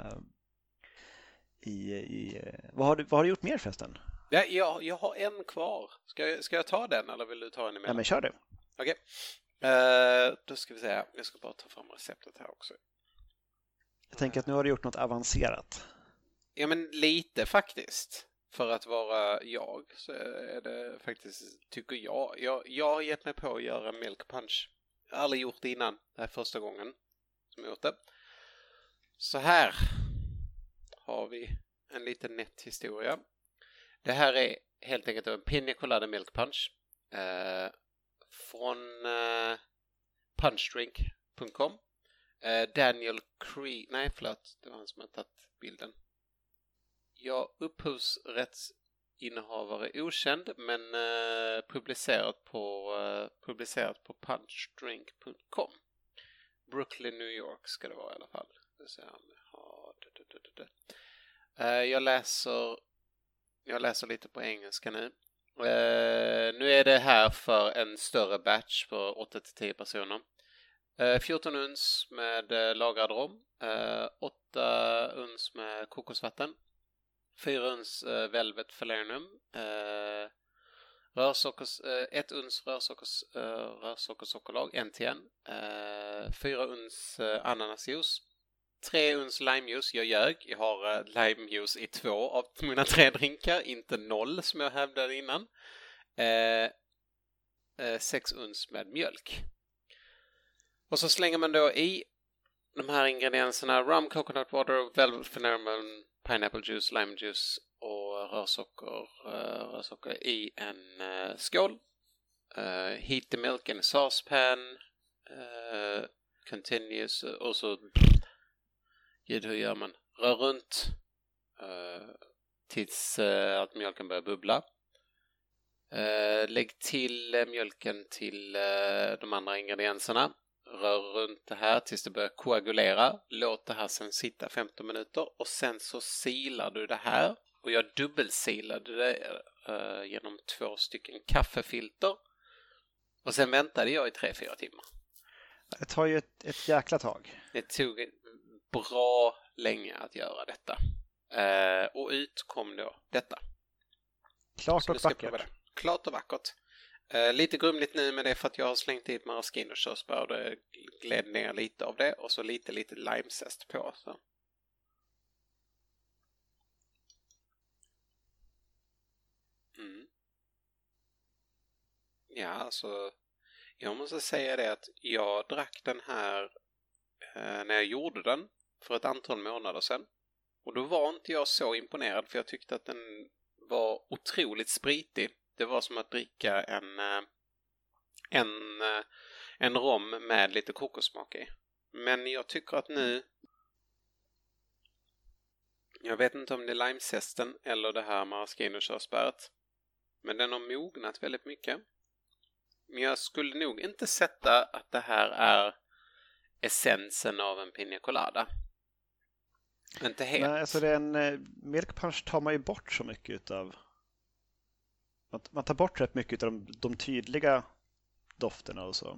Vad har du gjort mer förresten? Ja, jag har en kvar. Ska jag ta den eller vill du ta en emellan? Ja, men kör det. Okej. Då ska vi säga, jag ska bara ta fram receptet här också. Jag tänker att nu har du gjort något avancerat. Ja, men lite faktiskt. För att vara jag så är det faktiskt, tycker jag. Jag har gett mig på att göra milk punch. Jag har aldrig gjort det innan. Det här är första gången som jag gjort det. Så här har vi en liten nätt historia. Det här är helt enkelt en Pina Colada milk punch. Från punchdrink.com. Daniel Cree... Nej, förlåt. Det var han som har tagit bilden. Ja, upphovsrättsinnehavare okänd, men publicerat på punchdrink.com. Brooklyn, New York ska det vara i alla fall. Jag läser lite på engelska nu. Nu är det här för en större batch för 8-10 personer. 14 uns med lagrad rom, 8 uns med kokosvatten, 4 uns Velvet Falernum, 1 uns rörsockersockerlag, 1 till 1, 4 uns ananasjuice, 3 uns limejuice. Jag ljög, jag har limejuice i 2 av mina 3 drinkar, inte 0 som jag hävdade innan. 6 uns med mjölk. Och så slänger man då i de här ingredienserna: rum, coconut water, velvet falernum, pineapple juice, lime juice och rörsocker i en skål. Heat the milk in a saucepan. Continuous. Och så... hur gör man? Rör runt tills att mjölken börjar bubbla. Lägg till mjölken till de andra ingredienserna. Rör runt det här tills det börjar koagulera. Låt det här sen sitta 15 minuter. Och sen så silar du det här. Och jag dubbelsilade det genom 2 stycken kaffefilter. Och sen väntade jag i 3-4 timmar. Det tar ju ett jäkla tag. Det tog bra länge att göra detta. Och ut kom då detta. Klart och vackert. Klart och vackert. Lite grumligt nu, men det är för att jag har slängt i ett maraschino-körsbär och det gled ner lite av det. Och så lite limezest på. Så. Ja, alltså... Jag måste säga det att jag drack den här när jag gjorde den för ett antal månader sedan. Och då var inte jag så imponerad, för jag tyckte att den var otroligt spritig. Det var som att dricka en rom med lite kokossmak i. Men jag tycker att nu... Jag vet inte om det är limezesten eller det här maraschino-körsbäret. Men den har mognat väldigt mycket. Men jag skulle nog inte sätta att det här är essensen av en pina colada. Inte helt. Nej, alltså det är en milk punch tar man ju bort så mycket utav. Man tar bort rätt mycket av de tydliga dofterna och så.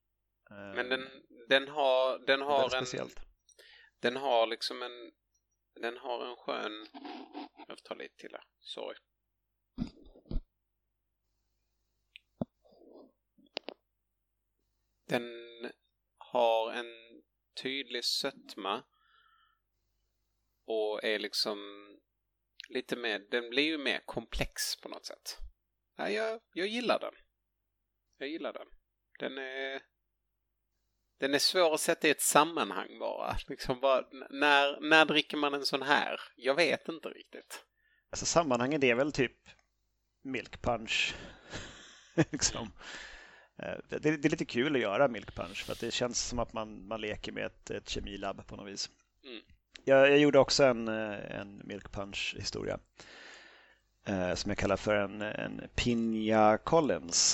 Men den har speciellt. Den har liksom Den har en skön... Jag får ta lite till här. Sorry. Den har en tydlig sötma och är liksom lite mer... Den blir ju mer komplex på något sätt. Ja, jag gillar den. Jag gillar den. Den är svår att sätta i ett sammanhang bara. Liksom bara när dricker man en sån här? Jag vet inte riktigt. Alltså sammanhanget är väl typ milk punch. liksom. Det är lite kul att göra milk punch för att det känns som att man leker med ett kemilabb på något vis. Mm. Jag gjorde också en milk punch historia som jag kallar för en Piña Collins.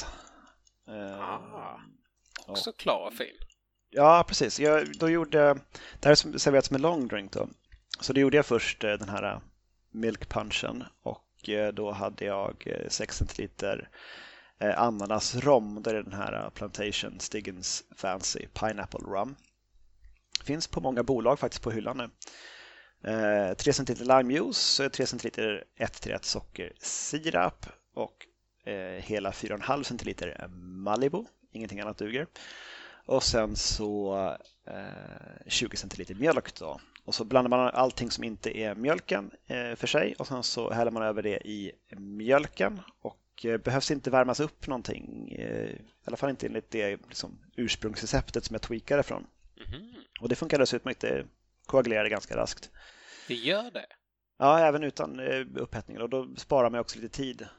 Också klar och fin. Ja, precis. Det här är serverat som en long drink då. Så då gjorde jag först den här milk punchen och då hade jag 6 centiliter ananasrom. Det är den här Plantation Stiggins Fancy Pineapple Rum. Finns på många bolag faktiskt på hyllan nu. 3 centiliter limejuice, 3 centiliter 1-1 sockersirap och hela 4,5 centiliter Malibu. Ingenting annat duger. Och sen så 20 centiliter mjölk då. Och så blandar man allting som inte är mjölken för sig och sen så häller man över det i mjölken och behövs inte värmas upp någonting. I alla fall inte enligt det liksom, ursprungsreceptet som jag tweakade från. Mm-hmm. Och det funkar dessutom inte, koagulerade ganska raskt. Det gör det? Ja, även utan upphettning och då sparar man också lite tid.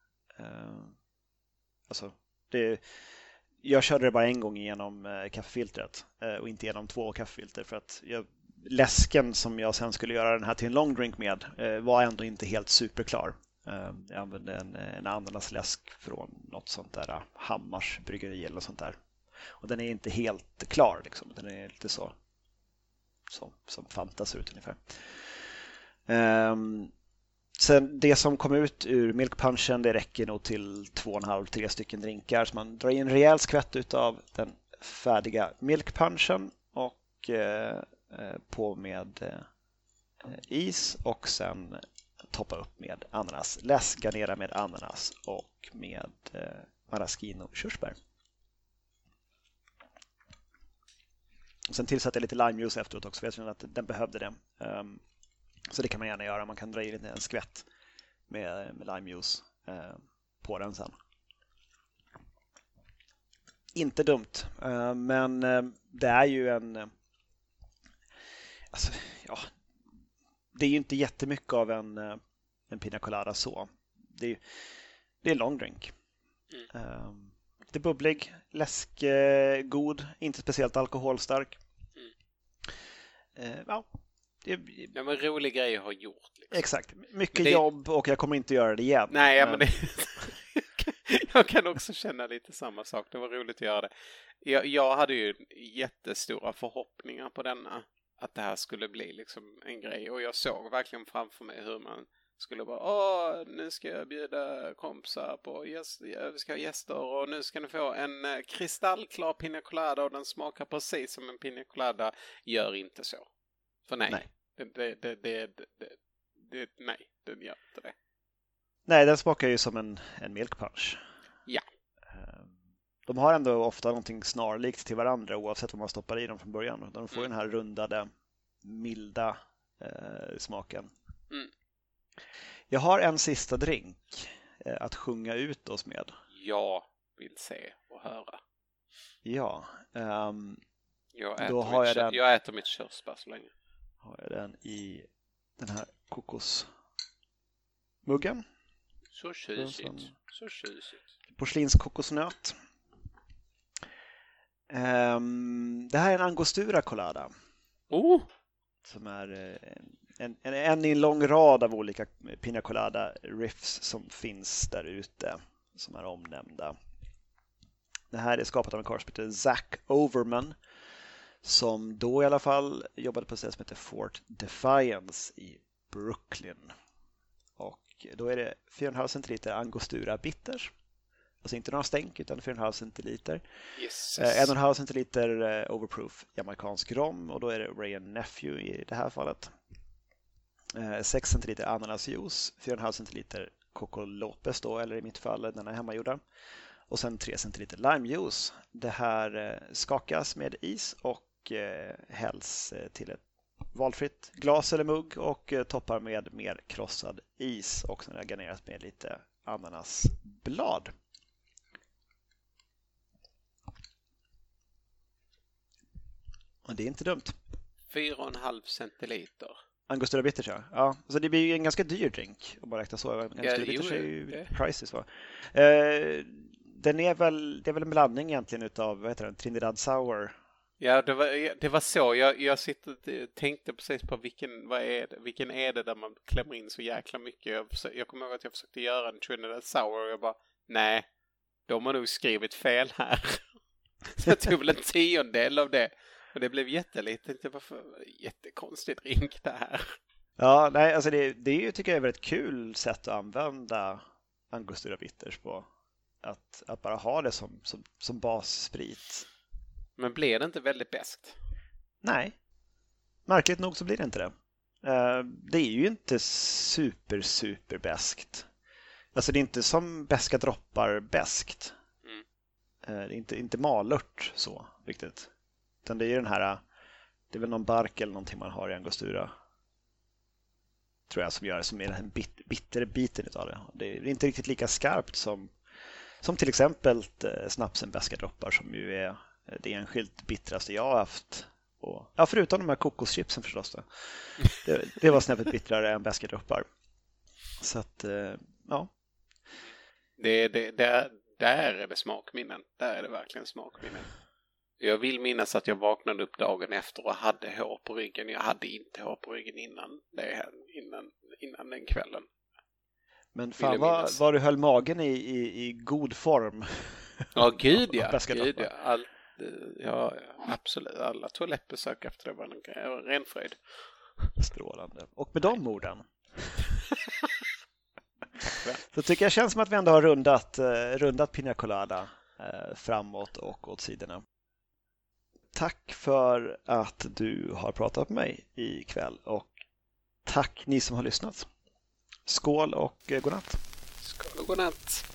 Alltså, jag körde det bara en gång genom kaffefiltret och inte genom 2 kaffefilter för att läsken som jag sen skulle göra den här till en long drink med var ändå inte helt superklar. Jag använde en ananasläsk från något sånt där Hammars bryggeri eller något sånt där. Och den är inte helt klar liksom. Den är lite så som Fanta ser ut ungefär. Sen det som kom ut ur milkpunchen det räcker nog till 2,5-3 stycken drinkar. Så man drar in en rejäl skvätt av den färdiga milkpunchen och på med is och sen toppa upp med ananasläsk, garnera med ananas och med maraschino körsbär. Och sen tillsatte jag lite limejuice efteråt också för jag kände att den behövde det. Så det kan man gärna göra. Man kan dra i en skvätt med limejuice på den sen. Inte dumt, men det är ju alltså, ja, det är ju inte jättemycket av en Pina Colada så. Det är long drink. Lite bubblig, läskgod, inte speciellt alkoholstark. Ja. Ja, men rolig grej har gjort. Liksom. Exakt. Mycket jobb och jag kommer inte göra det igen. Nej, ja, men jag kan också känna lite samma sak. Det var roligt att göra det. Jag hade ju jättestora förhoppningar på denna. Att det här skulle bli liksom en grej. Och jag såg verkligen framför mig hur man skulle bara nu ska jag bjuda kompisar på vi ska ha gäster och nu ska ni få en kristallklar Pina Colada och den smakar precis som en Pina Colada. Gör inte så. För nej. Nej, den gör inte det. Nej, den smakar ju som en milk punch. Ja. De har ändå ofta någonting snarlikt till varandra oavsett vad man stoppar i dem från början. De får den här rundade, milda smaken. Mm. Jag har en sista drink att sjunga ut oss med. Jag vill se och höra. Ja. Jag äter mitt körsbär så länge. Har jag den i den här kokosmuggen. Så tjusigt. Så tjusigt. Porslinskokosnöt. Det här är en Angostura Colada. Som är en i en lång rad av olika Pina Colada riffs som finns där ute som är omnämnda. Det här är skapat av en karl som heter Zach Overman som då i alla fall jobbade på ett ställe som heter Fort Defiance i Brooklyn. Och då är det 4,5 centiliter Angostura bitters. Alltså inte några stänk utan 4,5 centiliter. 1,5 centiliter overproof jamaicansk rom och då är det Ray & Nephew i det här fallet. 6 centiliter ananasjuice, 4,5 centiliter Coco Lopez då, eller i mitt fall den är hemmagjorda. Och sen 3 centiliter limejuice. Det här skakas med is och hälls till ett valfritt glas eller mugg och toppar med mer krossad is och sen garneras med lite ananasblad. Och det är inte dumt. 4,5 centiliter. Angostura Bitters, ja. Alltså det blir ju en ganska dyr drink om man räknar så. Angostura Bitters är ju prices, va? Det är väl en blandning egentligen utav, vad heter den, Trinidad Sour. Ja, det var så. Jag tänkte precis på vilken är det där man klämmer in så jäkla mycket. Jag kommer ihåg att jag försökte göra en Trinidad Sour och jag bara, nej, de har nog skrivit fel här. Så jag tog väl en 10-del av det. Och det blev jättelite. Det var för jättekonstigt drink det här. Ja, nej, alltså det är ju, tycker jag, är ett väldigt kul sätt att använda Angostura Bitters på. Att bara ha det som bassprit. Men blev det inte väldigt beskt? Nej, märkligt nog så blir det inte det. Det är ju inte super beskt. Alltså det är inte som beska droppar beskt. Det är inte malört så riktigt. Utan det är ju den här, det är väl någon bark eller någonting man har i Angostura. Tror jag, som gör det, som är den här bitterbiten utav det. Det är inte riktigt lika skarpt som till exempel snapsen beska droppar, som ju är det enskilt bittraste jag har haft. Och, ja, förutom de här kokoschipsen förstås då. Det var snäppet bittrare än beska droppar. Så att, ja. Där är det smakminnen. Där är det verkligen smakminnen. Jag vill minnas att jag vaknade upp dagen efter och hade hår på ryggen. Jag hade inte hår på ryggen innan den kvällen. Men fan vad du höll magen i god form. Ja, gud ja. Ja, absolut. Alla toalettbesök efter det var en ren fröjd. Strålande. Och med de orden så tycker jag känns som att vi ändå har rundat Pina Colada framåt och åt sidorna. Tack för att du har pratat med mig ikväll och tack ni som har lyssnat. Skål och godnatt. Skål och godnatt.